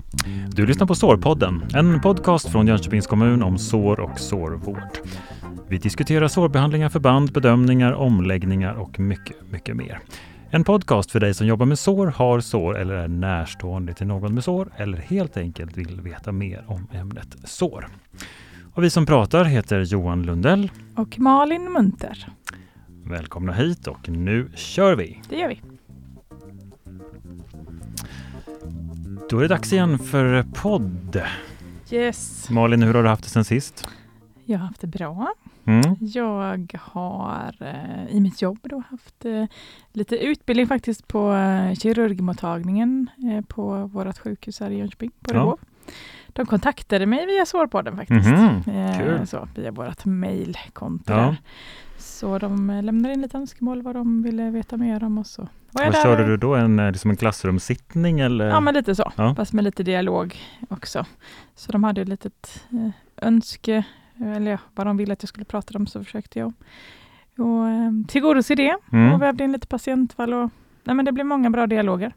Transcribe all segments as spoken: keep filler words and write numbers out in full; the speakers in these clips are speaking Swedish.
Du lyssnar på Sårpodden, en podcast från Jönköpings kommun om sår och sårvård. Vi diskuterar sårbehandlingar, förband, bedömningar, omläggningar och mycket, mycket mer. En podcast för dig som jobbar med sår, har sår eller är närstående till någon med sår eller helt enkelt vill veta mer om ämnet sår. Och vi som pratar heter Johan Lundell och Malin Munter. Välkomna hit och nu kör vi! Det gör vi. Då är det dags igen för podd. Yes. Malin, hur har du haft det sen sist? Jag har haft det bra. Mm. Jag har eh, i mitt jobb då haft eh, lite utbildning faktiskt på eh, kirurgmottagningen eh, på vårt sjukhus här i Jönköping på Ja. De kontaktade mig via Sårpodden faktiskt. Mm-hmm. Kul. Eh, så, via vårt mejlkonto Ja. där. Så de eh, lämnade in lite önskemål vad de ville veta mer om och så. Var jag Vad där? körde du då? En, liksom en klassrumssittning? Eller? Ja, men lite så. Ja. Fast med lite dialog också. Så de hade ett litet eh, önske, eller ja, vad de ville att jag skulle prata om, så försökte jag och, eh, tillgodose det. Mm. Och vävde in lite patientfall. Och, nej, men det blev många bra dialoger.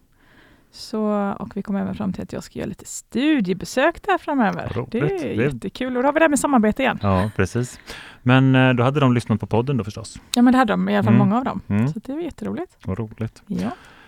Så, och vi kom även fram till att jag ska göra lite studiebesök där framöver. Roligt. Det är Det- jättekul. Och då har vi det här med samarbete igen. Ja, precis. Men eh, då hade de lyssnat på podden då förstås. Ja, men det hade de, i alla fall Mm. många av dem. Mm. Så det var jätteroligt. Vad roligt. Ja.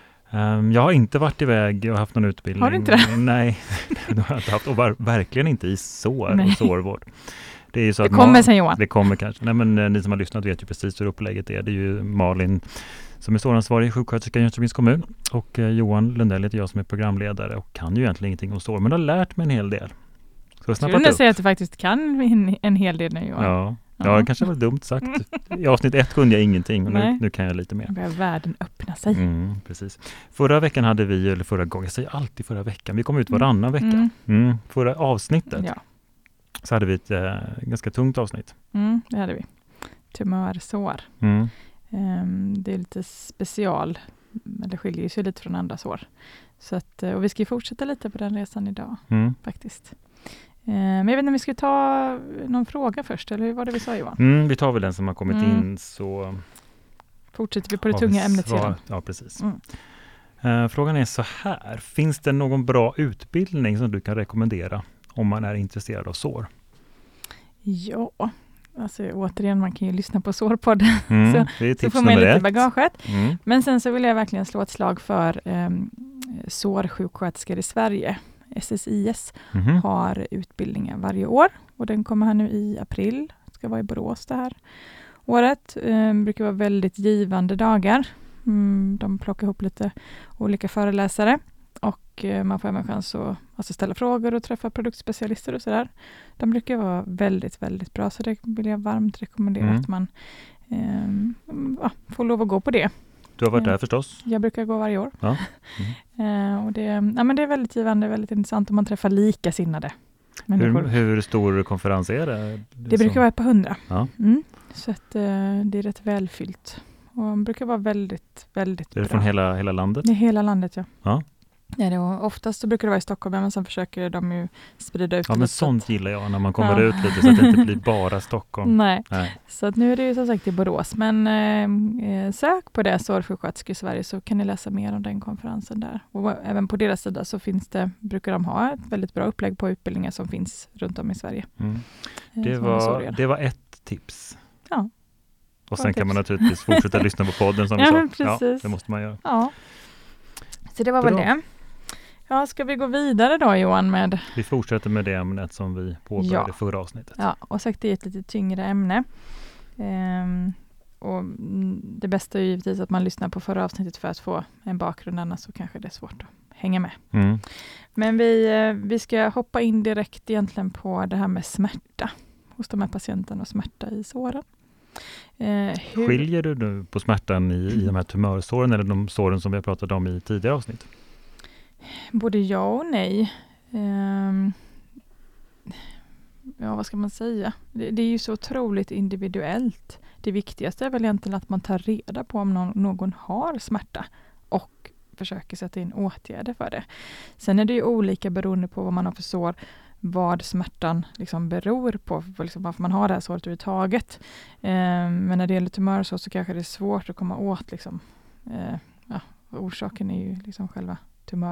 Um, jag har inte varit iväg och haft någon utbildning. Har du inte det? Nej, det har jag inte haft. Och var, verkligen inte i sår Nej. och sårvård. Det, är ju så Det att kommer Ma- sen, Johan. Det kommer kanske. Nej, men eh, ni som har lyssnat vet ju precis hur upplägget är. Det är ju Malin som är såransvarig sjuksköterska i Jönköpings kommun. Och eh, Johan Lundell heter jag som är programledare och kan ju egentligen ingenting om sår. Men har lärt mig en hel del. Så jag har Jag snappat skulle upp. säga att du faktiskt kan en, en hel del nu, Johan. Ja, ja. Ja. det kanske var dumt sagt. I avsnitt ett kunde jag ingenting och nu, Nej. nu kan jag lite mer. Nu börjar världen öppna sig. Mm, precis. Förra veckan hade vi, eller förra gången, jag säger alltid förra veckan, vi kom ut varannan vecka. Mm. Mm, förra avsnittet Ja, så hade vi ett eh, ganska tungt avsnitt. mm, det hade vi. Tumörsår. Mm. Um, det är lite special, eller skiljer sig lite från andra sår. Så att, och vi ska ju fortsätta lite på den resan idag Mm. faktiskt. Um, men jag vet inte om vi ska ta någon fråga först, eller hur var det vi sa, Johan? Mm, vi tar väl den som har kommit Mm. in så... Fortsätter vi på det har vi tunga ämnet svar- sedan. Ja, precis. Mm. Eh, frågan är så här. Finns det någon bra utbildning som du kan rekommendera om man är intresserad av sår? Ja, alltså återigen, man kan ju lyssna på Sårpodden. Mm, Så- det är Så tips får man nummer lite ett. bagaget. Mm. Men sen så vill jag verkligen slå ett slag för um, sårsjuksköterskor i Sverige. S S I S Mhm. har utbildningar varje år och den kommer här nu i april. Ska vara i Borås det här året. Um, brukar vara väldigt givande dagar. Mm, de plockar ihop lite olika föreläsare och uh, man får även chans att alltså, ställa frågor och träffa produktspecialister och sådär. De brukar vara väldigt, väldigt bra, så det vill jag varmt rekommendera Mm. att man um, ja, får lov att gå på det. Du har varit Mm. där förstås. Jag brukar gå varje år. Ja. Eh, och det, ja, men det är väldigt givande, väldigt intressant om man träffar likasinnade människor. Hur, hur stor konferens är det? Det brukar vara ett par hundra. Ja. Mm. Så att, eh, det är rätt välfyllt. Och det brukar vara väldigt, väldigt Är det bra. från hela, hela landet? Det är hela landet, ja. Ja. Ja, det är, oftast så brukar det vara i Stockholm, men sen försöker de ju sprida ut Ja, det men lite så att- sånt gillar jag när man kommer Ja. ut lite så att det inte blir bara Stockholm. Nej, Nej. så att nu är det ju som sagt i Borås. Men eh, sök på det, sårsjuksköterskor i Sverige, så kan ni läsa mer om den konferensen där. Och även på deras sida så finns det, brukar de ha ett väldigt bra upplägg på utbildningar som finns runt om i Sverige. Mm. Eh, Det, som man så var, gör. det var ett tips. Ja. Och Bra sen kan man tips. naturligtvis fortsätta lyssna på podden som Ja, vi men sa. Ja, precis. det måste man göra. Ja, så det var väl Bra. det. Ja, ska vi gå vidare då, Johan, med Vi fortsätter med det ämnet som vi påbörjade Ja. förra avsnittet. ja, och sagt det är ett lite tyngre ämne. Ehm, och mm, det bästa är ju givetvis att man lyssnar på förra avsnittet för att få en bakgrund, annars så kanske det är svårt att hänga med. Mm. Men vi, eh, vi ska hoppa in direkt egentligen på det här med smärta hos de här patienterna och smärta i såren. Eh, hur, Skiljer du nu på smärtan i, i de här tumörsåren eller de såren som vi har pratat om i tidigare avsnitt? Både ja och nej. Ehm, ja, vad ska man säga? Det, det är ju så otroligt individuellt. Det viktigaste är väl egentligen att man tar reda på om någon, någon har smärta och försöker sätta in åtgärder för det. Sen är det ju olika beroende på vad man har för sår, vad smärtan liksom beror på, liksom varför man har det här såret överhuvudtaget. Ehm, men när det gäller tumörsår så kanske det är svårt att komma åt liksom, eh, ja, orsaken är ju liksom själva tumör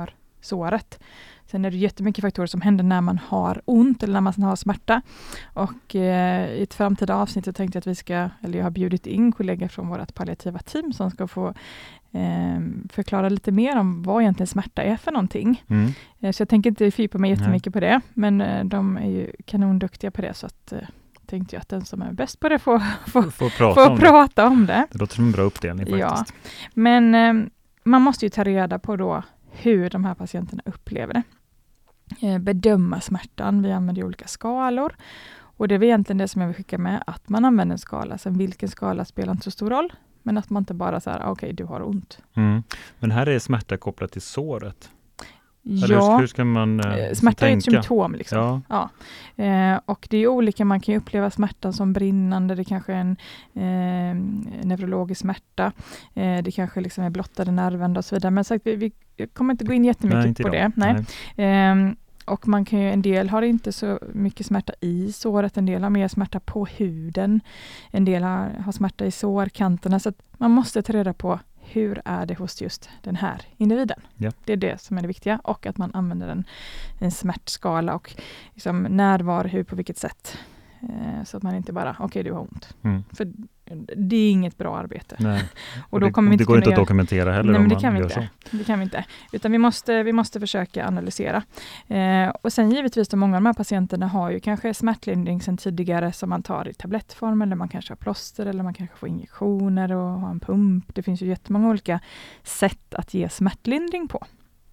såret. Sen är det jättemycket faktorer som händer när man har ont eller när man har smärta. Och eh, i ett framtida avsnitt så tänkte jag att vi ska, eller jag har bjudit in kollegor från vårt palliativa team som ska få eh, förklara lite mer om vad egentligen smärta är för någonting. Mm. Eh, så jag tänker inte fördjupa mig jättemycket Nej. på det, men eh, de är ju kanonduktiga på det, så att eh, tänkte jag att den som är bäst på det får, får, Får prata, får om, prata det. om det. Det låter som en bra uppdelning faktiskt. Ja. Men eh, man måste ju ta reda på då hur de här patienterna upplever det. Eh, bedöma smärtan. Vi använder olika skalor. Och det är egentligen det som jag vill skicka med, att man använder en skala. Sen vilken skala spelar inte så stor roll. Men att man inte bara säger, okej, okay, du har ont. Mm. Men här är smärta kopplat till såret. Ja, Eller hur ska man eh, smärta är ett tänka? symptom. Liksom. Ja. Ja. Eh, och det är olika, man kan ju uppleva smärtan som brinnande, det kanske är en eh, neurologisk smärta, eh, det kanske liksom är blottade nerven och så vidare. Men sagt, vi, vi kommer inte gå in jättemycket Nej, inte på idag. det. Nej. Nej. Eh, och man kan ju, en del har inte så mycket smärta i såret, en del har mer smärta på huden, en del har, har smärta i sårkanterna, så att man måste ta reda på hur är det hos just den här individen. Ja. Det är det som är det viktiga, och att man använder en, en smärtskala och liksom närvaro, hur, på vilket sätt. Eh, så att man inte bara, okej okay, du har ont. Mm. För det är inget bra arbete. Nej. Och då det, kommer vi inte det går inte göra... att dokumentera heller. Nej, om men det man kan vi gör inte. Så. Det kan vi inte. Utan vi måste, vi måste försöka analysera. Eh, och sen givetvis, då många av de här patienterna har ju kanske smärtlindring sedan tidigare som man tar i tablettform, eller man kanske har plåster, eller man kanske får injektioner och har en pump. Det finns ju jättemånga olika sätt att ge smärtlindring på.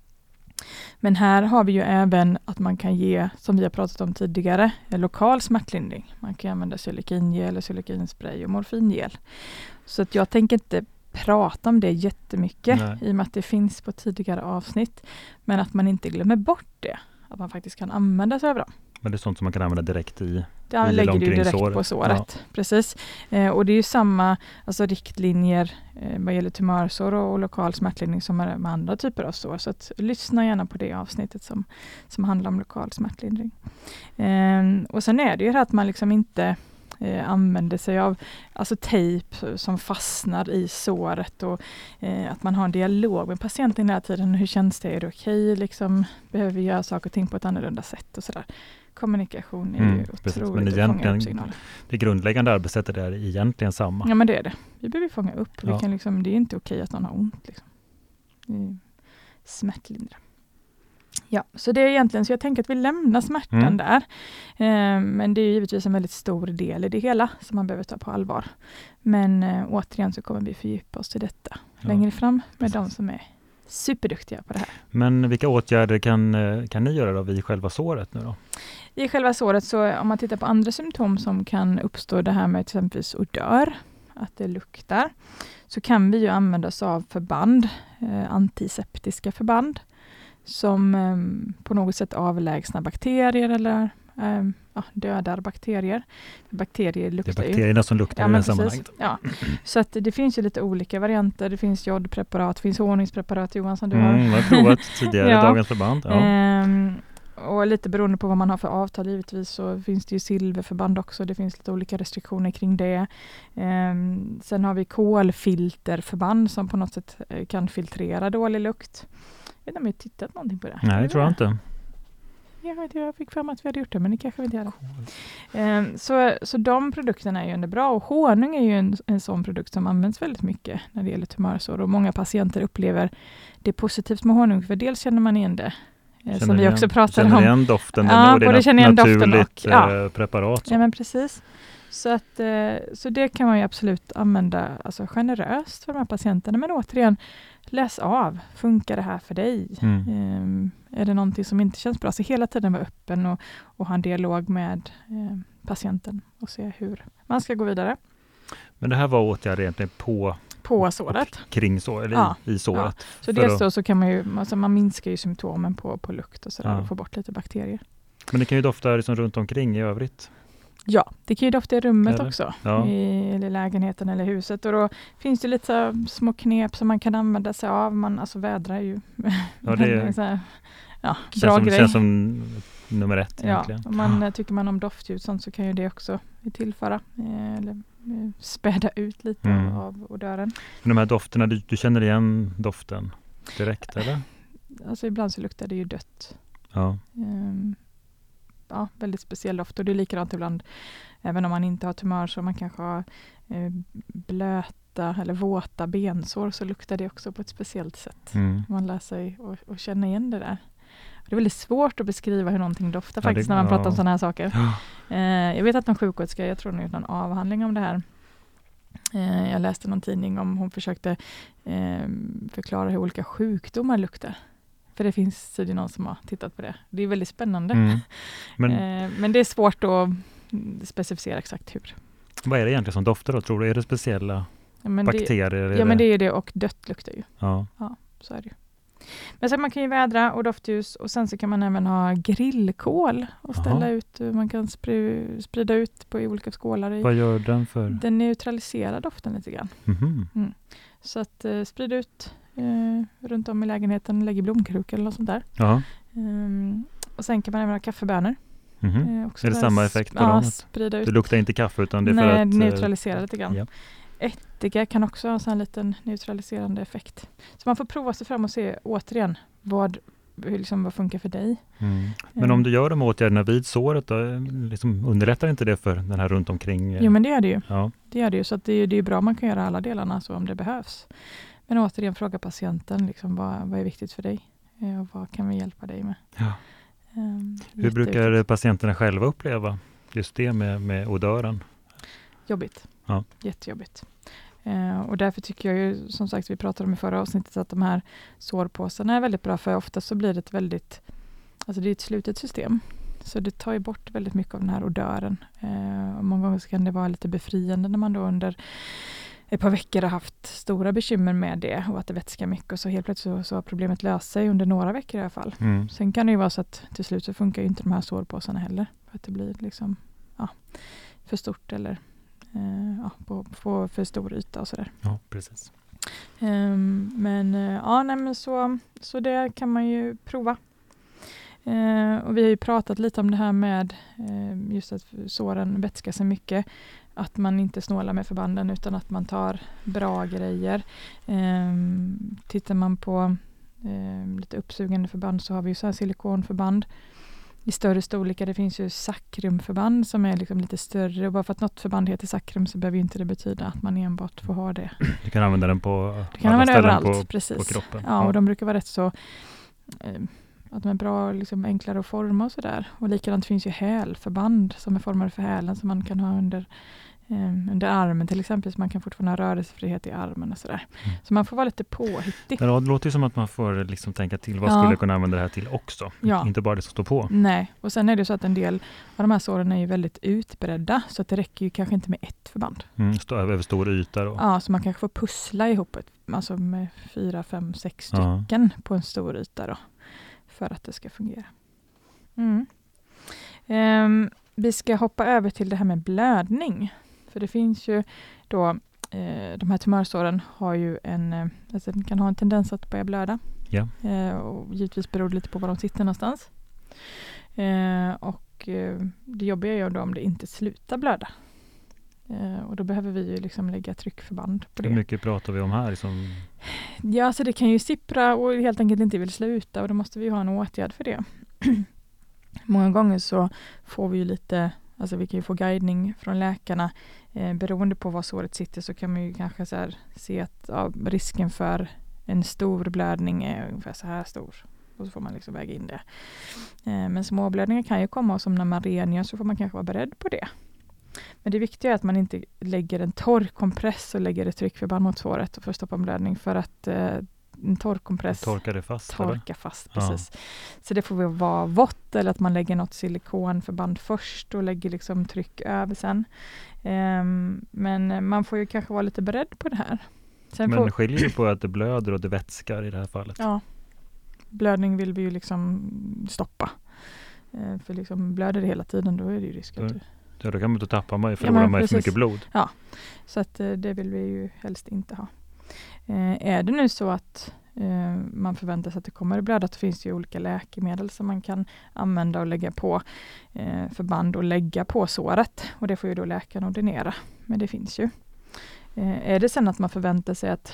Men här har vi ju även att man kan ge, som vi har pratat om tidigare, lokal smärtlindring. Man kan använda Xylokin-gel och Xylokin-spray och morfingel. Så att jag tänker inte prata om det jättemycket. Nej. I och med att det finns på tidigare avsnitt. Men att man inte glömmer bort det. Att man faktiskt kan använda sig av dem. Men det är sånt som man kan använda direkt i Ja, i lägger du direkt såret. på såret. Ja. Precis. Eh, och det är ju samma alltså riktlinjer eh, vad gäller tumörsår och, och lokal smärtlindring som är med andra typer av sår. Så att, lyssna gärna på det avsnittet som, som handlar om lokal smärtlindring. Eh, och sen är det ju det att man liksom inte eh, använder sig av alltså tejp som fastnar i såret, och eh, att man har en dialog med patienten hela tiden. Hur känns det? Är det okej? Liksom, behöver vi göra saker och ting på ett annorlunda sätt och sådär. Kommunikation är mm, ju otroligt precis. Men egentligen, det grundläggande arbetssättet är egentligen samma. Ja, men det är det. Vi behöver fånga upp. Ja. Vi kan liksom, det är inte okej att någon har ont. Liksom. Smärtlindra. Ja, så det är egentligen, så jag tänker att vi lämnar smärtan mm. där. Eh, men det är givetvis en väldigt stor del i det hela som man behöver ta på allvar. Men eh, återigen så kommer vi fördjupa oss till detta ja. längre fram med precis. De som är superduktiga på det här. Men vilka åtgärder kan, kan ni göra då vid själva såret nu då? I själva såret, så om man tittar på andra symptom som kan uppstå, det här med exempelvis odör, att det luktar, så kan vi ju använda oss av förband, eh, antiseptiska förband, som eh, på något sätt avlägsnar bakterier eller eh, ja, dödar bakterier. Bakterier luktar ju. Det är bakterierna som luktar ja, i det sammanhanget. Ja. Så att det finns ju lite olika varianter. Det finns jodpreparat, det finns honungspreparat, Johan, som du mm, har. Jag har provat tidigare ja. dagens förband. Ja. Ehm, och lite beroende på vad man har för avtal givetvis, så finns det ju silverförband också. Det finns lite olika restriktioner kring det. Ehm, sen har vi kolfilterförband som på något sätt kan filtrera dålig lukt. Jag vet inte om jag har tittat någonting på det. Nej, det tror jag inte. Jag, vet, jag fick fram att vi hade gjort det, men det kanske vi inte hade. Ehm, så, så de produkterna är ju ändå bra. Och honung är ju en, en sån produkt som används väldigt mycket när det gäller tumörsår. Och många patienter upplever det positivt med honung, för dels känner man igen det. Känner som vi också pratade om. Känner igen doften. Ja, och det är både känner igen doften och ja. preparat. Så. Ja, men precis. Så, att, så det kan man ju absolut använda alltså generöst för de här patienterna. Men återigen, läs av. Funkar det här för dig? Mm. Um, är det någonting som inte känns bra? Så hela tiden vara öppen och, och ha en dialog med eh, patienten och se hur man ska gå vidare. Men det här var åtgärder egentligen på på såret. Kring så, eller ja. i, i såret. Ja. Så dels då så kan man ju, alltså man minskar ju symptomen på, på lukt och sådär ja. och får bort lite bakterier. Men det kan ju dofta liksom runt omkring i övrigt. Ja, det kan ju dofta i rummet eller? också. Ja. I, eller lägenheten eller huset. Och då finns det lite så små knep som man kan använda sig av. Man alltså vädrar ju. Ja, det är, så här, ja, känns, bra som, grej. känns som nummer ett egentligen. Ja, om man ja. tycker man om doftljud sånt, så kan ju det också tillföra. Eller späda ut lite mm. av odören. Men de här dofterna, du, du känner igen doften direkt eller? alltså ibland så luktar det ju dött. Ja. Um, ja, väldigt speciell doft. Och det är likadant ibland, även om man inte har tumör så man kanske har eh, blöta eller våta bensår, så luktar det också på ett speciellt sätt. Mm. Man lär sig och, och känna igen det där. Det är väldigt svårt att beskriva hur någonting doftar Ja, faktiskt det, när man ja. pratar om sådana här saker. Ja. Eh, jag vet att någon sjuksköterska, jag tror hon har gjort någon avhandling om det här. Eh, jag läste någon tidning om hon försökte eh, förklara hur olika sjukdomar luktar. För det finns tydligen någon som har tittat på det. Det är väldigt spännande. Mm. Men, eh, men det är svårt att specificera exakt hur. vad är det egentligen som doftar då, tror du? Är det speciella Ja, men bakterier? Det, är ja, men det det... är det, och dött luktar ju. Ja. Ja, så är det ju. Men sen man kan ju vädra och doftljus, och sen så kan man även ha grillkol och ställa Aha. ut. Man kan spri- sprida ut på olika skålar. I. Vad gör den för? Den neutraliserar doften lite grann. Mhm. Mm. Så att eh, sprida ut eh, runt om i lägenheten, lägga blomkrukor eller något sånt där. Ja. Um, och sen kan man även ha kaffebönor. Mhm. Eh, också Är det för samma att effekt på ja, dem? sprida ut. Det luktar inte kaffe utan det är Nej, för att... eh, neutralisera lite grann. Ja. Ättika kan också ha en sån här liten neutraliserande effekt. Så man får prova sig fram och se återigen vad, hur liksom, vad funkar för dig. Mm. Men Mm. om du gör de åtgärderna vid såret då, liksom underlättar inte det för den här runt omkring? eh, Jo, men det är det ju. Ja. Det är det ju. Så att det, är, det är bra, man kan göra alla delarna så om det behövs. Men återigen fråga patienten liksom, vad, vad är viktigt för dig eh, och vad kan vi hjälpa dig med. Ja. Um, Hur brukar patienterna själva uppleva just det med, med odören? Jobbigt. Ja. Jättejobbigt. Eh, och därför tycker jag ju, som sagt, vi pratade om i förra avsnittet, att de här sårpåsarna är väldigt bra, för ofta så blir det ett väldigt, alltså det är ett slutet system. Så det tar ju bort väldigt mycket av den här odören. Eh, och många gånger så kan det vara lite befriande när man då under ett par veckor har haft stora bekymmer med det och att det vätskar mycket, och så helt plötsligt så, så har problemet löst sig under några veckor i alla fall. Mm. Sen kan det ju vara så att till slut så funkar ju inte de här sårpåsarna heller, för att det blir liksom ja, för stort eller eh, ja, på, på för stor yta och sådär. Ja, precis. Um, men uh, ja, nej, men så, så det kan man ju prova. Uh, och vi har ju pratat lite om det här med uh, just att såren vätskar sig mycket. Att man inte snålar med förbanden utan att man tar bra grejer. Um, tittar man på um, lite uppsugande förband så har vi ju så här silikonförband i större storlekar. Det finns ju sakrumförband som är liksom lite större. Och bara för att något förband heter sakrum så behöver inte det betyda att man enbart får ha det. Du kan använda den på Du kan alla använda ställen överallt, på, precis. på kroppen. Ja, och de brukar vara rätt så eh, att de är bra, liksom enklare att forma och sådär. Och likadant finns ju hälförband som är formade för hälen som man kan ha under, eh, under armen till exempel. Så man kan fortfarande ha rörelsefrihet i armen och sådär. Mm. Så man får vara lite påhittig. Det låter ju som att man får liksom tänka till vad ja. skulle jag kunna använda det här till också. Ja. Inte bara det som står på. Nej, och sen är det så att en del av de här såren är ju väldigt utbredda. Så att det räcker ju kanske inte med ett förband. Mm, stå över stor yta då. Ja, så man kanske får pussla ihop ett, alltså med fyra, fem, sex stycken ja. på en stor yta då. För att det ska fungera. Mm. Um, vi ska hoppa över till det här med blödning. För det finns ju då, eh, de här tumörsåren har ju en, eh, alltså den kan ha en tendens att börja blöda. Ja. Eh, och givetvis beror det lite på var de sitter någonstans. Eh, och eh, det jobbiga är ju då om det inte slutar blöda. Eh, och då behöver vi ju liksom lägga tryckförband på det. Hur mycket pratar vi om här? Liksom... Ja, alltså det kan ju sippra och helt enkelt inte vill sluta, och då måste vi ha en åtgärd för det. Många gånger så får vi ju lite, alltså vi kan ju få guidning från läkarna. Eh, beroende på var såret sitter så kan man ju kanske så här se att ja, risken för en stor blödning är ungefär så här stor. Och så får man liksom väga in det. Eh, men småblödningar kan ju komma, och som när man rengör så får man kanske vara beredd på det. Men det viktiga är att man inte lägger en torr kompress och lägger ett tryckförband mot såret och får stoppa en blödning, för att eh, en torr kompress torkar det fast, torkar eller? fast, precis. Ja. Så det får väl vara vått, eller att man lägger något silikonförband först och lägger liksom tryck över sen. Um, men man får ju kanske vara lite beredd på det här. Sen men får... skiljer ju på att det blöder och det vätskar i det här fallet. Ja, blödning vill vi ju liksom stoppa. Uh, för liksom blöder det hela tiden, då är det ju risk att du... Ja, då kan man inte tappa mig, förlora ja, mig för mycket blod. Ja, så att uh, det vill vi ju helst inte ha. Uh, är det nu så att uh, man förväntar sig att det kommer att blöda, så finns det ju olika läkemedel som man kan använda och lägga på uh, förband och lägga på såret. Och det får ju då läkaren ordinera. Men det finns ju. Uh, är det sen att man förväntar sig att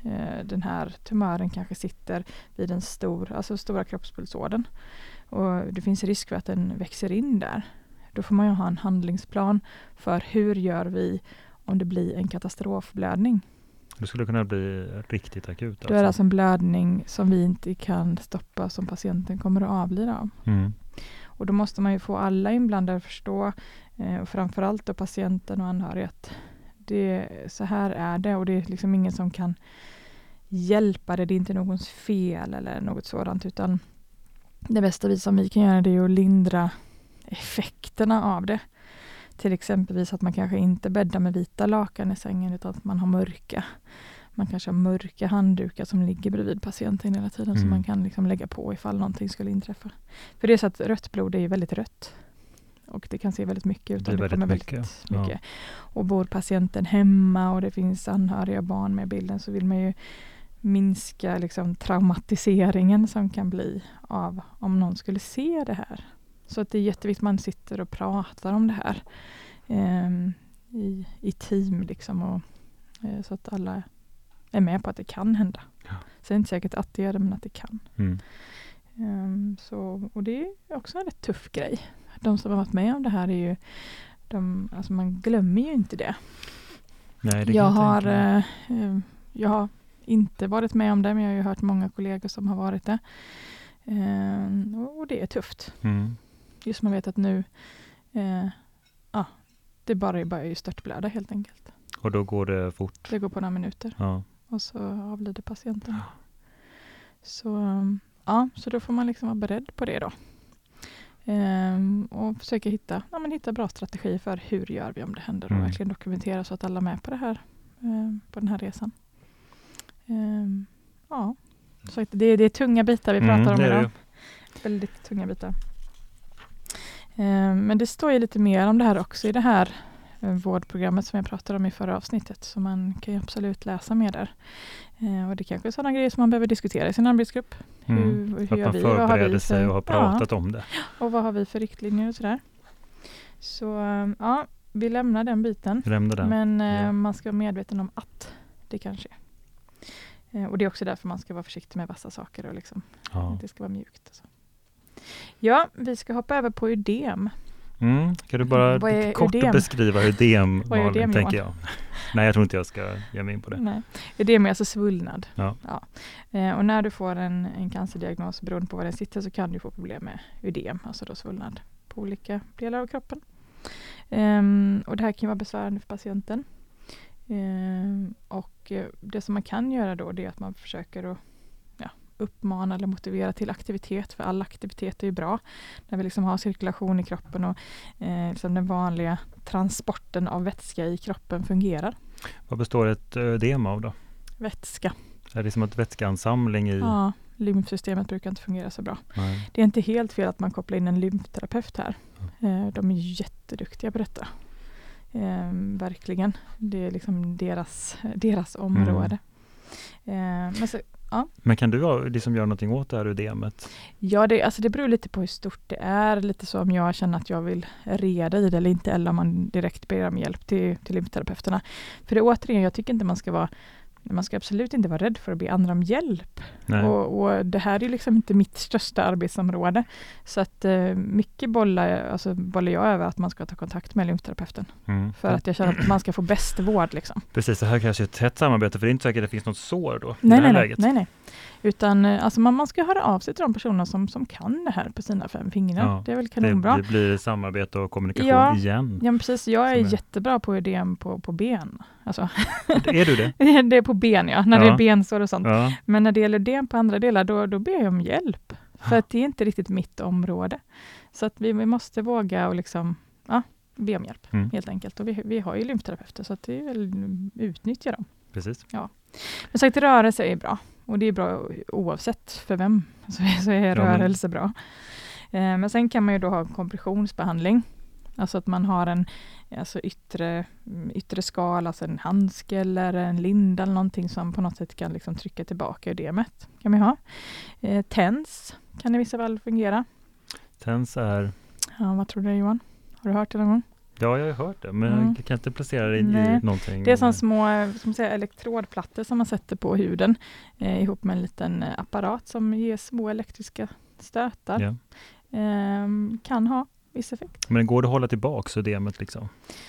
eh, den här tumören kanske sitter vid en stor, alltså stora kroppspulsådern. Och det finns risk för att den växer in där. Då får man ju ha en handlingsplan för hur gör vi om det blir en katastrofblödning. Det skulle kunna bli riktigt akut. Då är det alltså en blödning som vi inte kan stoppa, som patienten kommer att avlida av. Mm. Och då måste man ju få alla inblandade att förstå, eh, och framförallt då patienten och anhöriga, att det, så här är det, och det är liksom ingen som kan hjälpa det. Det är inte någons fel eller något sådant, utan det bästa vi som vi kan göra, det är att lindra effekterna av det. Till exempelvis att man kanske inte bäddar med vita lakan i sängen, utan att man har mörka. Man kanske har mörka handdukar som ligger bredvid patienten hela tiden, mm. så man kan liksom lägga på ifall någonting skulle inträffa. För det är så att rött blod är ju väldigt rött. Och det kan se väldigt mycket ut. Det är det väldigt mycket. Väldigt mycket. Ja. Och bor patienten hemma och det finns anhöriga barn med i bilden, så vill man ju minska liksom traumatiseringen som kan bli av om någon skulle se det här. Så att det är jätteviktigt att man sitter och pratar om det här eh, i, i team liksom, och, eh, så att alla är med på att det kan hända. Ja. Så det är inte säkert att det gör det, men att det kan. Mm. Um, så, och det är också en rätt tuff grej. De som har varit med om det här är ju, de, alltså man glömmer ju inte det. Nej, det jag, har, uh, uh, jag har inte varit med om det, men jag har ju hört många kollegor som har varit det. Um, och, och det är tufft. Mm. Just man vet att nu uh, ah, det bara börjar ju störtblöda helt enkelt. Och då går det fort? Det går på några minuter. Ja. Och så avlider patienten. Ja. Så, um, ja, så då får man liksom vara beredd på det då. Um, och försöka hitta, ja, men hitta bra strategier för hur gör vi om det händer. Och mm. verkligen dokumentera så att alla är med på det här, um, på den här resan. Um, ja, så det, det är tunga bitar vi pratar mm, om idag. Väldigt tunga bitar. Um, men det står ju lite mer om det här också i det här vårdprogrammet som jag pratade om i förra avsnittet, så man kan ju absolut läsa mer där. Eh, och det kanske är sådana grejer som man behöver diskutera i sin arbetsgrupp. Mm. Hur, hur att man gör vi? förbereder vi sig och har pratat ja. om det. Och vad har vi för riktlinjer och sådär. Så ja, vi lämnar den biten. Lämnar den. Men eh, ja. man ska vara medveten om att det kan ske. Eh, och det är också därför man ska vara försiktig med vassa saker och liksom, ja. att det ska vara mjukt. Och så. Ja, vi ska hoppa över på ödem. Mm. Kan du bara kort ödem? beskriva ödem var, ödem, tänker jag. Nej, jag tror inte jag ska ge mig in på det. Nej. Ödem är alltså svullnad. Ja. Ja. Eh, och när du får en, en cancerdiagnos, beroende på var den sitter, så kan du få problem med ödem, alltså då svullnad på olika delar av kroppen. Um, och det här kan vara besvärande för patienten. Um, och uh, det som man kan göra då, det är att man försöker att ja, uppmana eller motivera till aktivitet, för all aktivitet är ju bra. När vi liksom har cirkulation i kroppen och eh, liksom den vanliga transporten av vätska i kroppen fungerar. Vad består ett ödem av då? Vätska. Är det som ett vätskeansamling i... Ja, lymfsystemet brukar inte fungera så bra. Nej. Det är inte helt fel att man kopplar in en lymfterapeut här. Mm. Eh, de är jätteduktiga på detta. Eh, verkligen. Det är liksom deras, deras område. Mm. Eh, men så Ja. Men kan du liksom göra någonting åt det här ödemet? Ja, det, alltså det beror lite på hur stort det är. Lite så om jag känner att jag vill reda i det eller inte. Eller om man direkt ber om hjälp till, till lymfterapeuterna. För det återigen, jag tycker inte man ska vara... Man ska absolut inte vara rädd för att be andra om hjälp. Och, och det här är liksom inte mitt största arbetsområde. Så att eh, mycket bollar, alltså bollar jag över att man ska ta kontakt med lymfterapeuten. Mm. För att jag känner att man ska få bäst vård. Liksom. Precis, så här kanske ett tätt samarbete. För det är inte säkert att det finns något sår då. Nej, i det här nej, läget. nej, nej. Utan alltså man, man ska höra av sig till de personer som, som kan det här på sina fem fingrar. Ja, det är väl kanonbra. Det, det blir samarbete och kommunikation ja, igen. Ja, precis. Jag är, är jättebra på ödem på, på ben. Alltså. Är du det? Det är på ben, ja. När ja. det är bensår och sånt. Ja. Men när det gäller ödem på andra delar, då, då ber jag om hjälp. För att det är inte riktigt mitt område. Så att vi, vi måste våga och liksom, ja, be om hjälp, mm. helt enkelt. Och vi, vi har ju lymfterapeuter, så att det är väl utnyttja dem. Precis. Ja. Men sagt, rörelse är bra. Och det är bra oavsett för vem. Så, så är rörelse ja, men... bra. Eh, men sen kan man ju då ha kompressionsbehandling. Alltså att man har en alltså yttre, yttre skal, alltså en handske eller en linda eller någonting som på något sätt kan liksom trycka tillbaka ödemet. Kan man ha. Eh, TENS kan i vissa fall fungera. TENS är... Ja, vad tror du Johan? Har du hört det någon gång? Ja, jag har hört det, men Mm. jag kan inte placera det i, Nej. i någonting. Det är som små som säger, elektrodplattor som man sätter på huden eh, ihop med en liten eh, apparat som ger små elektriska stötar. Ja. Eh, kan ha viss effekt. Men går det att hålla tillbaka ödemet liksom?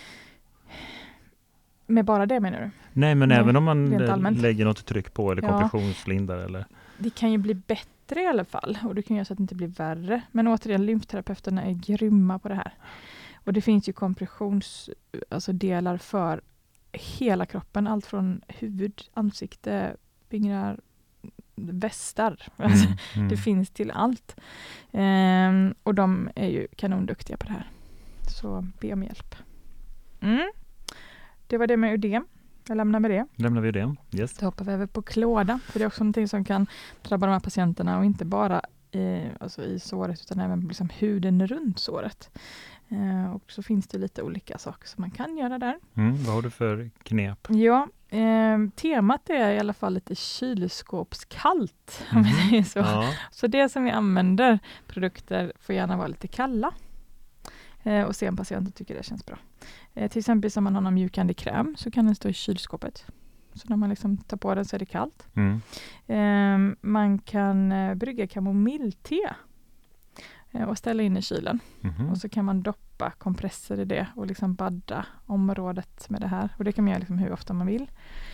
Med bara det menar du? Nej, men Nej, även om man rent lä- allmänt. lägger något tryck på eller Ja. kompressionslindar eller... Det kan ju bli bättre i alla fall och det kan göra så att det inte blir värre. Men återigen, lymfterapeuterna är grymma på det här. Och det finns ju kompressions, alltså delar för hela kroppen. Allt från huvud, ansikte, fingrar, västar. Alltså, Mm, mm. det finns till allt. Ehm, och de är ju kanonduktiga på det här. Så be om hjälp. Mm. Det var det med ödem. Jag lämnar med det. Lämnar vi det? Yes. Då hoppar vi över på klåda. För det är också någonting som kan drabba de här patienterna och inte bara i, alltså i såret utan även liksom huden runt såret. Eh, och så finns det lite olika saker som man kan göra där. Mm, vad har du för knep? Ja, eh, temat är i alla fall lite kylskåpskallt. Om vi säger så. Ja. Så det som vi använder, produkter, får gärna vara lite kalla. Eh, och se om patienten tycker det känns bra. Eh, till exempel om man har någon mjukande kräm så kan den stå i kylskåpet. Så när man liksom tar på den så är det kallt. Mm. Eh, man kan eh, brygga kamomillte eh, och ställa in i kylen. Mhm. Och så kan man doppa kompresser i det och liksom badda området med det här. Och det kan man göra liksom hur ofta man vill.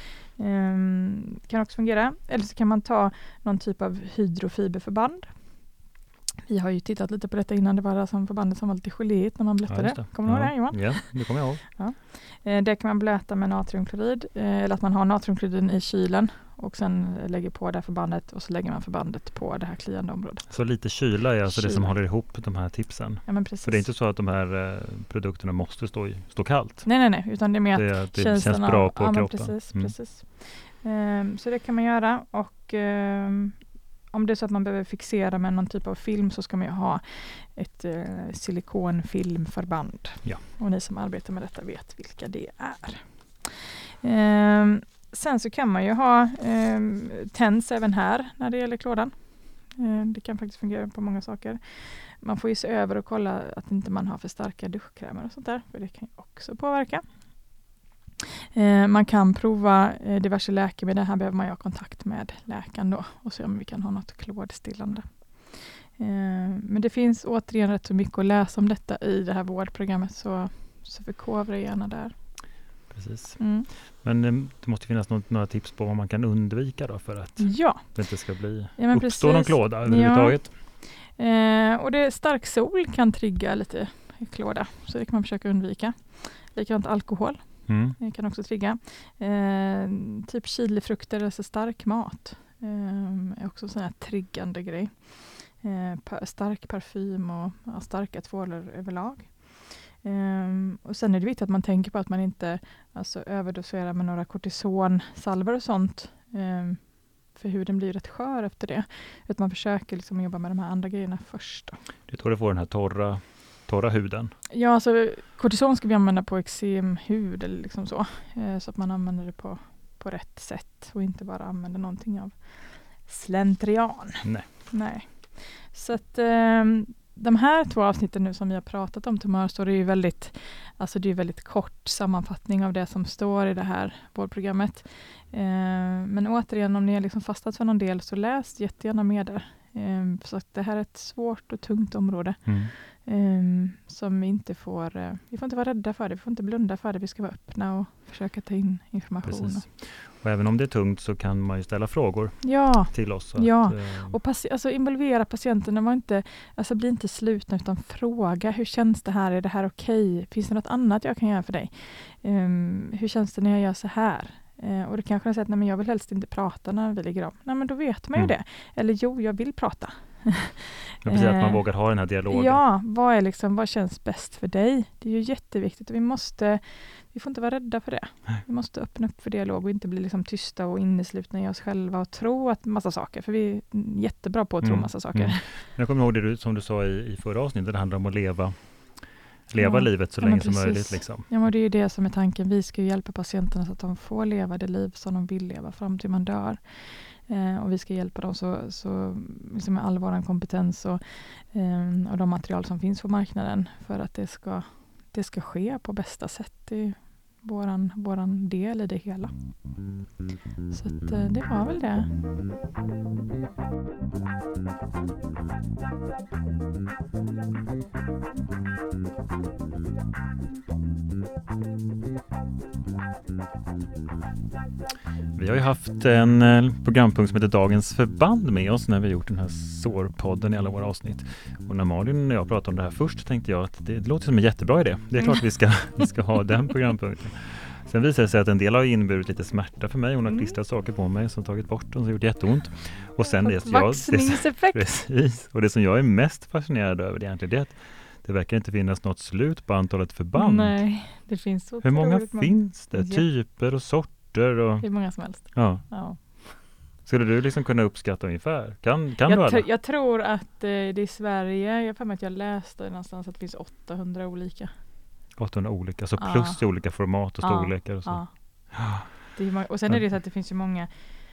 Um, kan också fungera. Eller så kan man ta någon typ av hydrofiberförband. Vi har ju tittat lite på detta innan. Det var det som förbandet som var lite geléigt när man blötte just det. det. Kommer du ihåg Ja. det, Johan? Ja, det kommer jag ihåg. Eh, det kan man blöta med natriumklorid. Eh, eller att man har natriumklorid i kylen. Och sen lägger på det här förbandet. Och så lägger man förbandet på det här kliande området. Så lite kyla är alltså det som Kyla. håller ihop de här tipsen. Ja, men precis. För det är inte så att de här eh, produkterna måste stå, i, stå kallt. Nej, nej, nej. Utan det är mer att Det, det känslan känns bra av- på ja, men kroppen. Precis, Mm. precis. Ehm, så det kan man göra. Och ehm, om det är så att man behöver fixera med någon typ av film så ska man ju ha ett uh, silikonfilmförband. Ja. Och ni som arbetar med detta vet vilka det är. Ehm, sen så kan man ju ha um, tens även här när det gäller klådan. Ehm, det kan faktiskt fungera på många saker. Man får ju se över och kolla att inte man har för starka duschkrämer och sånt där. För det kan ju också påverka. Eh, man kan prova eh, diverse läkemedel. Här behöver man ju ha kontakt med läkaren då. Och se om vi kan ha något klådstillande. Eh, men det finns återigen rätt så mycket att läsa om detta i det här vårdprogrammet. Så, så förkovra gärna där. Precis. Mm. Men eh, det måste finnas något, några tips på vad man kan undvika då för att Ja, det inte ska bli ja men uppstå någon precis. klåda överhuvudtaget. Eh, och det stark sol kan trigga lite klåda. Så det kan man försöka undvika. Likadant alkohol. Mm. Det kan också trigga. Eh, typ chilifrukter eller så stark mat. Eh, är också en sån här triggande grej. Eh, pa- stark parfym och ja, starka tvålar överlag. Eh, och sen är det viktigt att man tänker på att man inte alltså, överdoserar med några kortisonsalver och sånt. Eh, för huden blir rätt skör efter det. Att man försöker liksom jobba med de här andra grejerna först. Då. Det är då du får den här torra, torra huden. Ja, alltså kortison ska vi använda på eksemhud eller liksom så. Eh, så att man använder det på, på rätt sätt och inte bara använder någonting av slentrian. Nej. Nej. Så att eh, de här två avsnitten nu som vi har pratat om tumör så är det ju väldigt, alltså det är väldigt kort sammanfattning av det som står i det här vårdprogrammet. Eh, men återigen, om ni har liksom fastnat för någon del så läs jättegärna med där. Eh, så att det här är ett svårt och tungt område. Mm. Um, som vi inte får, uh, vi får inte vara rädda för det, vi får inte blunda för det, vi ska vara öppna och försöka ta in information. Precis. Och även om det är tungt så kan man ju ställa frågor Ja, till oss. Så Ja. Att, eh, och pass- alltså involvera patienterna, var inte, alltså bli inte slutna utan fråga, hur känns det här, är det här okej? Finns det något annat jag kan göra för dig? Um, hur känns det när jag gör så här? Uh, och det kanske är så att nej, men jag vill helst inte prata när vi ligger om. Nej, men då vet man ju Mm. det. Eller jo, jag vill prata. ja, precis, att man Eh, vågar ha den här dialogen. Ja, vad, är liksom, vad känns bäst för dig? Det är ju jätteviktigt och vi måste, vi får inte vara rädda för det. Nej. Vi måste öppna upp för dialog och inte bli liksom tysta och inneslutna i oss själva och tro att massa saker, för vi är jättebra på att tro Mm, massa saker. mm. Jag kommer ihåg det du, som du sa i, i förra avsnittet, det handlar om att leva, leva Ja. livet så Ja, men länge som precis. möjligt. Liksom. Ja, men det är ju det som är tanken. Vi ska ju hjälpa patienterna så att de får leva det liv som de vill leva fram till man dör. Eh, och vi ska hjälpa dem så, så liksom med all vår kompetens och, eh, och de material som finns på marknaden för att det ska det ska ske på bästa sätt. Det är våran, våran del i det hela. Så att, det var väl det. Vi har ju haft en eh, programpunkt som heter Dagens förband med oss när vi har gjort den här sårpodden i alla våra avsnitt. Och när Malin och jag pratade om det här först tänkte jag att det, det låter som en jättebra idé. Det är klart vi ska, vi ska ha den programpunkten. Sen visade det sig att en del har inneburit lite smärta för mig. Hon har klistrat saker på mig som tagit bort dem och gjort jätteont. Och sen det, jag, vaxningseffekt. Precis. Och det som jag är mest fascinerad över det egentligen det är att det verkar inte finnas något slut på antalet förband. Nej, det finns så. Hur många många finns det? Ja. Typer och sorter? Och... Hur många som helst. Ja. Ja. Skulle du liksom kunna uppskatta ungefär? Kan, kan jag, du alla? tr- jag tror att eh, det är Sverige. Jag har att jag läste någonstans att det finns åttahundra olika. åttahundra olika, så Ja. plus i olika format och storlekar och så. Ja. Det är många, och sen är det så att det finns ju många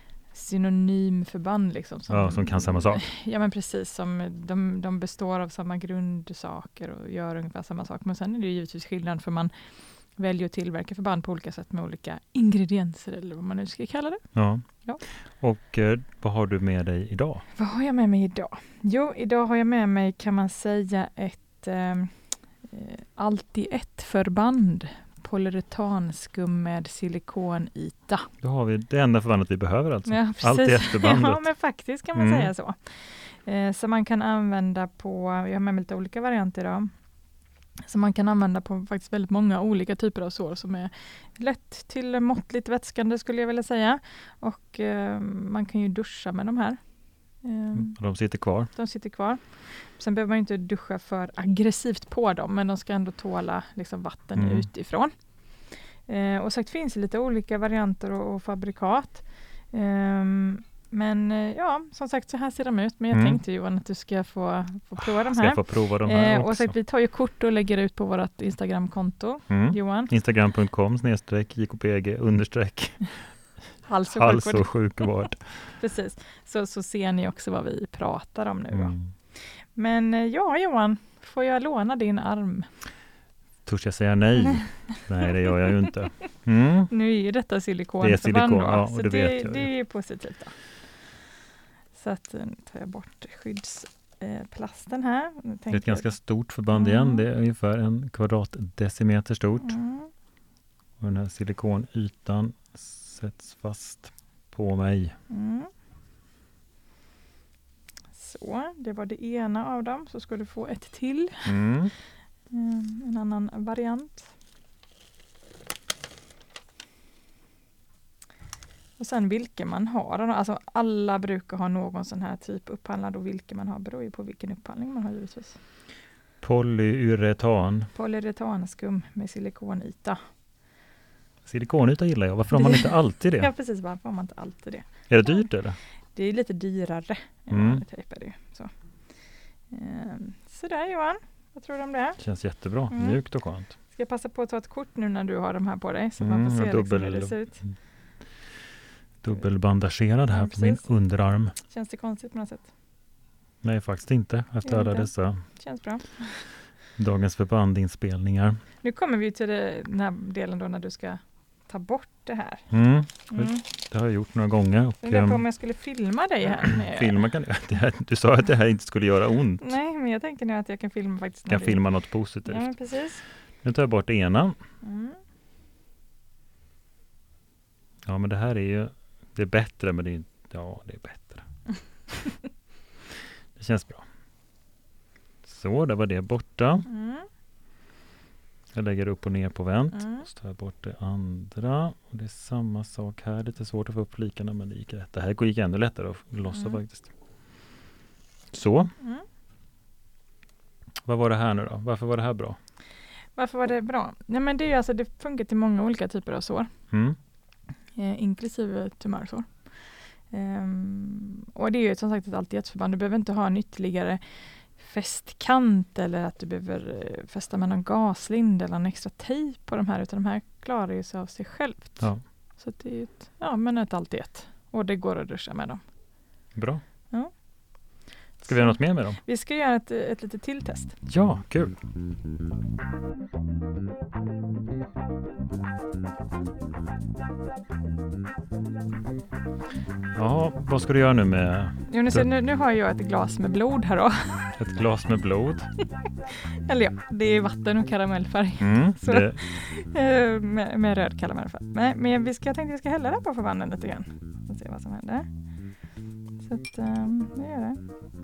synonymförband liksom. Som, Ja, som kan samma sak. Ja, men precis. Som de, de består av samma grundsaker och gör ungefär samma sak. Men sen är det ju givetvis skillnad för man väljer att tillverka förband på olika sätt med olika ingredienser eller vad man nu ska kalla det. Ja. Ja. Och eh, vad har du med dig idag? Vad har jag med mig idag? Jo, idag har jag med mig, kan man säga, ett eh, allt i ett förband. Polyuretanskum med silikonyta. Då har vi det enda förbandet vi behöver alltså. Ja, precis. Allt i efterbandet. Ja, men faktiskt kan man Mm. säga så. Eh, så man kan använda på, jag har med mig lite olika varianter idag. Så man kan använda på faktiskt väldigt många olika typer av sår som är lätt till måttligt vätskande skulle jag vilja säga. Och eh, man kan ju duscha med de här. Eh, Och de sitter kvar. de sitter kvar. Sen behöver man inte duscha för aggressivt på dem, men de ska ändå tåla liksom, vatten Mm. utifrån. Eh, och sagt finns det lite olika varianter och, och fabrikat. Ehm, men eh, ja, som sagt så här ser de ut. Men jag Mm. tänkte Johan att du ska få, få prova de Ska här. jag få prova de här Eh, också? och sagt, vi tar ju kort och lägger ut på vårt Instagramkonto. Mm. Johan, Instagram punkt com snedstreck J K P G understreck hals och hals sjukvård. och sjukvård. Precis. Så, så ser ni också vad vi pratar om nu. Då. Mm. Men eh, ja Johan, får jag låna din arm? Törs jag säga nej? Nej, det gör jag ju inte. Mm. Nu är ju detta silikon. Det är silikon, då, ja, och så det det, vet jag det ju. är ju positivt. Då. Så att nu tar jag bort skyddsplasten här. Nu Det är tänker ett ganska jag- stort förband igen. Mm. Det är ungefär en kvadratdecimeter stort. Mm. Och den här silikonytan sätts fast på mig. Mm. Så, det var det ena av dem. Så ska du få ett till. Mm. Mm, en annan variant. Och sen vilken man har. Alltså alla brukar ha någon sån här typ upphandlad och vilken man har beror ju på vilken upphandling man har givetvis. Polyuretan. Polyuretanskum med silikonyta. Silikonyta gillar jag. Varför har man inte alltid Ja det? precis, varför har man inte alltid det? Är det dyrt eller? Det är lite dyrare än Mm. vanlig tejp är det ju. Så. Ehm, sådär Johan, vad tror du om det? Känns jättebra. Mm. Mjukt och skönt. Ska jag passa på att ta ett kort nu när du har de här på dig så att Mm, man får se jag liksom dubbel- hur det ser ut. Dubbelbandagerad här Ja, på min precis. underarm. Känns det konstigt på något sätt? Nej, faktiskt inte. Efter Gör alla inte. dessa Känns bra. Dagens förbandinspelningar. Nu kommer vi till det, den här delen då när du ska ta bort det här. Mm, Mm. det har jag gjort några gånger. Och, Jag funderar på ehm, om jag skulle filma dig här. när jag- filma kan jag. Det här, du sa att det här inte skulle göra ont. Nej, men jag tänker nu att jag kan filma faktiskt. när Kan du- filma något positivt. Ja, men precis. Nu tar jag bort det ena. Mm. Ja, men det här är ju det är bättre, men det är inte, ja, det är bättre. Det känns bra. Så, där var det borta. Mm. Jag lägger upp och ner på vänt. Mm. Så tar jag bort det andra. Och det är samma sak här. Lite svårt att få upp flikarna, men det gick rätt. Det här gick ännu lättare att lossa Mm. faktiskt. Så, Mm. vad var det här nu då? Varför var det här bra? Varför var det bra? Nej, men det, är ju alltså, det funkar till många olika typer av sår. Mm. Eh, inklusive tumörsår. Ehm, och det är ju som sagt ett allt i ett förband. Du behöver inte ha en ytterligare fästkant eller att du behöver eh, fästa med någon gaslind eller en extra tejp på de här, utan de här klarar ju sig av sig självt. Ja. Så att det är ju ett, ja, men ett allt i ett. Och det går att duscha med dem. Bra. Ska vi göra något mer med dem? Vi ska göra ett, ett litet till test. Ja, kul. Ja, vad ska du göra nu med... Jo, ni ser, nu, nu har jag ett glas med blod här då. Ett glas med blod. Eller ja, det är vatten och karamellfärg. Mm, Så, det... eh, med, med röd karamellfärg. Nej, men vi ska, jag tänkte att vi ska hälla det på förbanden lite grann. Och se vad som händer. Så att, um, det gör det.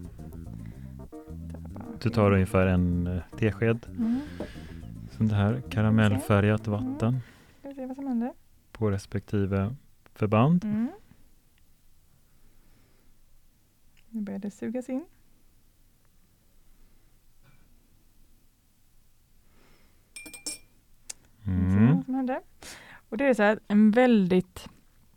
Du tar ungefär en uh, tesked. Mm. Sånt här karamellfärgat vatten. Mm. Ska vi se vad som händer. På respektive förband. Mm. Nu börjar det sugas in. Mm. Vad som händer. Och det är så här en väldigt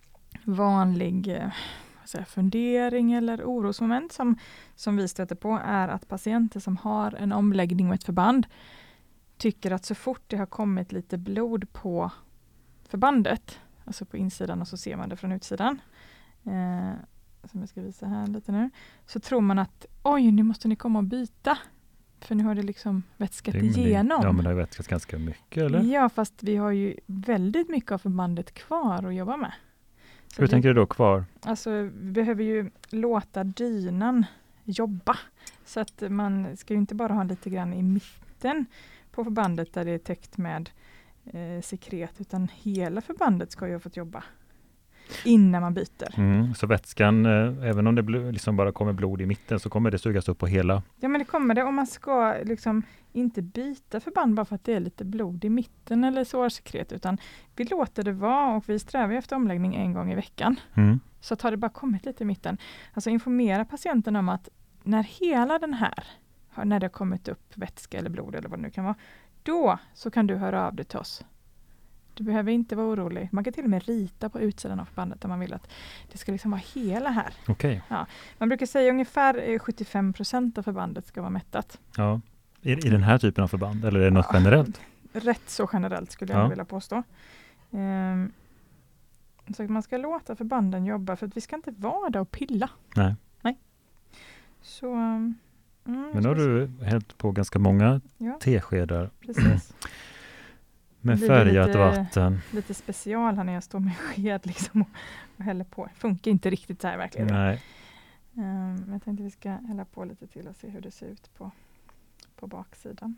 vanlig eh, vad säger, fundering eller orosmoment som, som vi stöter på är att patienter som har en omläggning och ett förband tycker att så fort det har kommit lite blod på förbandet, alltså på insidan och så ser man det från utsidan, eh, som jag ska visa här lite nu, så tror man att oj, nu måste ni komma och byta. För nu har det liksom vätskat det, igenom. Ja, men det har vätskat ganska mycket, eller? Ja, fast vi har ju väldigt mycket av förbandet kvar att jobba med. Så Hur vi, tänker du då kvar? Alltså, vi behöver ju låta dynan jobba. Så att man ska ju inte bara ha lite grann i mitten på förbandet där det är täckt med eh, sekret, utan hela förbandet ska ju ha fått jobba innan man byter. Mm, så vätskan, eh, även om det bl- liksom bara kommer blod i mitten, så kommer det sugas upp på hela? Ja, men det kommer det om man ska liksom inte byta förband bara för att det är lite blod i mitten eller sårsekret, utan vi låter det vara och vi strävar efter omläggning en gång i veckan. Mm. Så har det bara kommit lite i mitten. Alltså informera patienten om att när hela den här, när det har kommit upp vätska eller blod eller vad det nu kan vara, då så kan du höra av dig till oss. Du behöver inte vara orolig. Man kan till och med rita på utsidan av förbandet där man vill att det ska liksom vara hela här. Okay. Ja. Man brukar säga ungefär sjuttiofem procent av förbandet ska vara mättat. Ja. I, I den här typen av förband? Eller är det något ja, generellt? Rätt så generellt skulle jag ja. vilja påstå. Um, så man ska låta förbanden jobba för att vi ska inte vara där och pilla. Nej. Nej. Så... Mm, Men då har du hällt på ganska många ja. teskedar. Precis. Med färgat lite, vatten. Lite special här när jag står med sked liksom och, och häller på. Funkar inte riktigt så här verkligen. Nej. Um, jag tänkte vi ska hälla på lite till och se hur det ser ut på, på baksidan.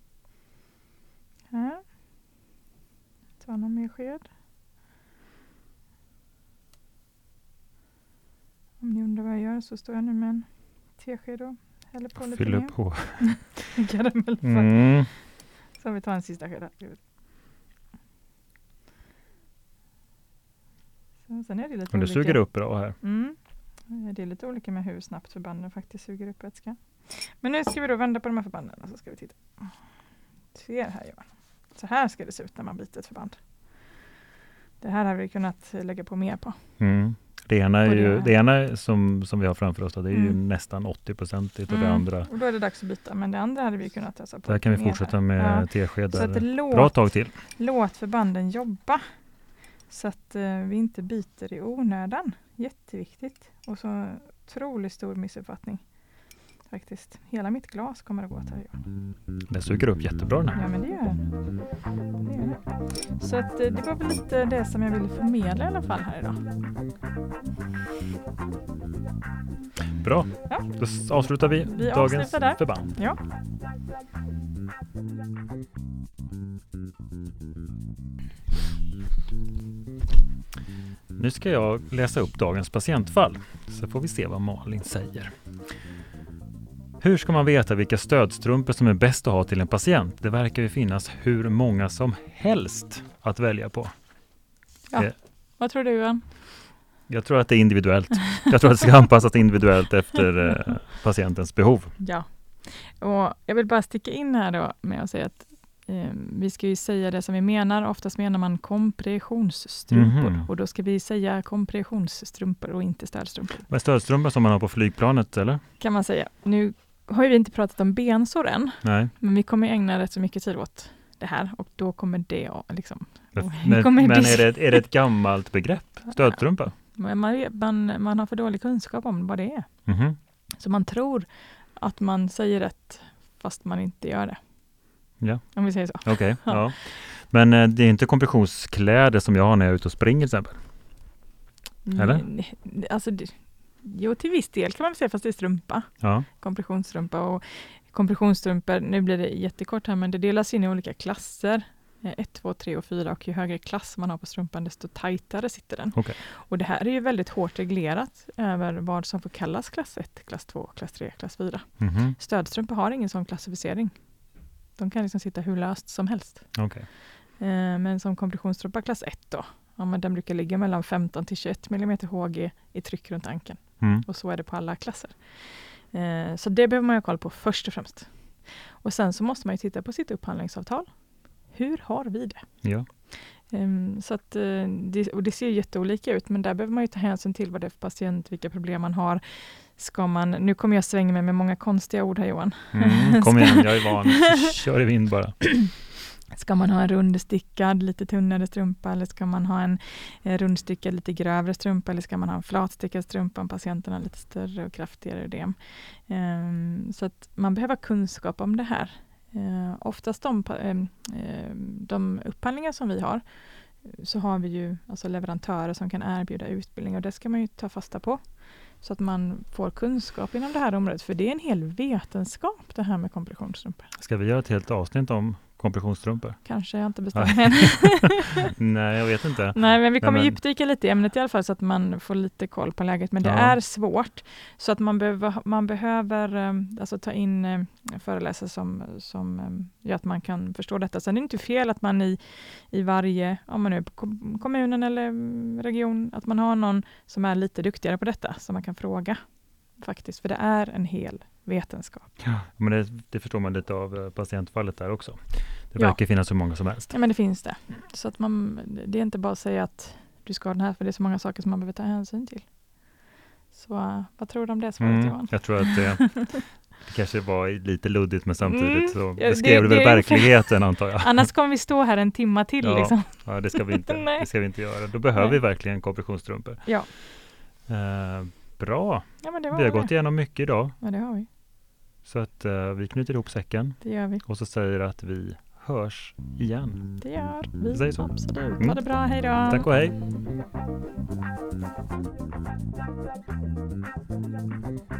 Här. Ta någon mer sked. Om ni undrar vad jag gör så står jag nu med en tesked och häller på lite Fyller mer. på. Karamellfärg. Mm. Så vi tar en sista sked här. Så, sen är det lite och du olika. suger upp bra här. Mm. Det är lite olika med hur snabbt förbanden faktiskt suger upp vätska. Men nu ska vi då vända på de här förbanden och så ska vi titta. Ser här Johan. Så här ska det se ut när man byter ett förband. Det här har vi kunnat lägga på mer på. Mm. Det ena är det ju, här. det ena som, som vi har framför oss då, det är mm. ju nästan åttio procent och mm. det andra. Och då är det dags att byta, men det andra hade vi kunnat ösa på. Där kan vi fortsätta här. med ja. teskedar. Bra tag till. Låt förbanden jobba. Så att uh, vi inte byter i onödan. Jätteviktigt. Och så otroligt stor missuppfattning. Faktiskt. Hela mitt glas kommer att gå till. Det suger upp jättebra den här. Ja, men det gör den. Det gör den. Så att, uh, det var väl lite det som jag ville förmedla i alla fall här idag. Bra. Ja. Då avslutar vi, vi dagens där. förband. Ja. Nu ska jag läsa upp dagens patientfall, så får vi se vad Malin säger. Hur ska man veta vilka stödstrumpor som är bäst att ha till en patient? Det verkar ju finnas hur många som helst att välja på. Ja. Eh, vad tror du, Johan? Jag tror att det är individuellt. Jag tror att det ska anpassas individuellt efter eh, patientens behov. Ja, och jag vill bara sticka in här då med att säga att eh, vi ska ju säga det som vi menar. Oftast menar man kompressionsstrumpor. Mm-hmm. Och då ska vi säga kompressionsstrumpor och inte stödstrumpor. Vad är stödstrumpor som man har på flygplanet, eller? Kan man säga. Nu har vi inte pratat om bensår än. Nej. Men vi kommer ägna rätt så mycket tid åt det här. Och då kommer det liksom... Men, men är, det, är det ett gammalt begrepp? Stödstrumpa? Man, man, man har för dålig kunskap om vad det är. Mm-hmm. Så man tror att man säger rätt fast man inte gör det. Ja. Om vi säger så. Okej, okay, ja. Men eh, det är inte kompressionskläder som jag har när jag är ute och springer till exempel? Eller? Nej, alltså, det, jo, till viss del kan man säga, fast det är strumpa. Ja. Kompressionsstrumpa och kompressionsstrumpor, nu blir det jättekort här, men det delas in i olika klasser. ett, två, tre och fyra, och ju högre klass man har på strumpan desto tajtare sitter den. Okay. Och det här är ju väldigt hårt reglerat över vad som får kallas klass ett, klass två, klass tre, klass fyra. Mm-hmm. Stödstrumpor har ingen sån klassificering. De kan liksom sitta hur löst som helst. Okay. Eh, men som kompressionsstrumpa klass ett då, ja, men den brukar ligga mellan femton till tjugoett millimeter H G i tryck runt ankeln. Mm. Och så är det på alla klasser. Eh, så det behöver man ju kolla på först och främst. Och sen så måste man ju titta på sitt upphandlingsavtal. Hur har vi det? Ja. Um, så att, uh, det, och det ser jätteolika ut, men där behöver man ju ta hänsyn till vad det är för patient, vilka problem man har. Ska man, nu kommer jag svänga med med många konstiga ord här, Johan. Mm, kom igen, jag är van. Kör i vind bara. Ska man ha en rundstickad, lite tunnare strumpa, eller ska man ha en eh, rundstickad, lite grövre strumpa, eller ska man ha en flatstickad strumpa om patienten har lite större och kraftigare ödem. Um, så att man behöver kunskap om det här. Uh, oftast de, uh, uh, de upphandlingar som vi har, så har vi ju alltså leverantörer som kan erbjuda utbildning, och det ska man ju ta fasta på. Så att man får kunskap inom det här området, för det är en hel vetenskap det här med kompressionsstrumpor. Ska vi göra ett helt avsnitt om kompressionsstrumpor? Kanske, jag inte bestämt mig. Nej, jag vet inte. Nej, men vi kommer Nej, men... djupdyka lite i ämnet i alla fall, så att man får lite koll på läget. Men det ja. är svårt. Så att man behöver, man behöver alltså, ta in eh, föreläsare som, som eh, gör att man kan förstå detta. Sen är det inte fel att man i, i varje, om man nu är på kom- kommunen eller region, att man har någon som är lite duktigare på detta, som man kan fråga faktiskt. För det är en hel vetenskap. Ja, men det, det förstår man lite av patientfallet där också. Det ja. verkar finnas så många som helst. Ja, men det finns det. Så att man, det är inte bara att säga att du ska ha den här, för det är så många saker som man behöver ta hänsyn till. Så uh, vad tror du om det svaret, mm, Johan? Jag tror att det, det kanske var lite luddigt, men samtidigt mm, så beskrev det, det, det väl verkligheten, antar jag. Annars kommer vi stå här en timma till. Ja, liksom. ja det, ska vi inte, det ska vi inte göra. Då behöver Nej. vi verkligen kompressionsstrumpor. Ja. Uh, bra. Ja, men det var vi har det. gått igenom mycket idag. Ja, det har vi. Så att uh, vi knyter ihop säcken. Det gör vi. Och så säger att vi hörs igen. Det gör vi. Säger så. Absolut. Mm. Ha det bra. Hej då. Tack och hej.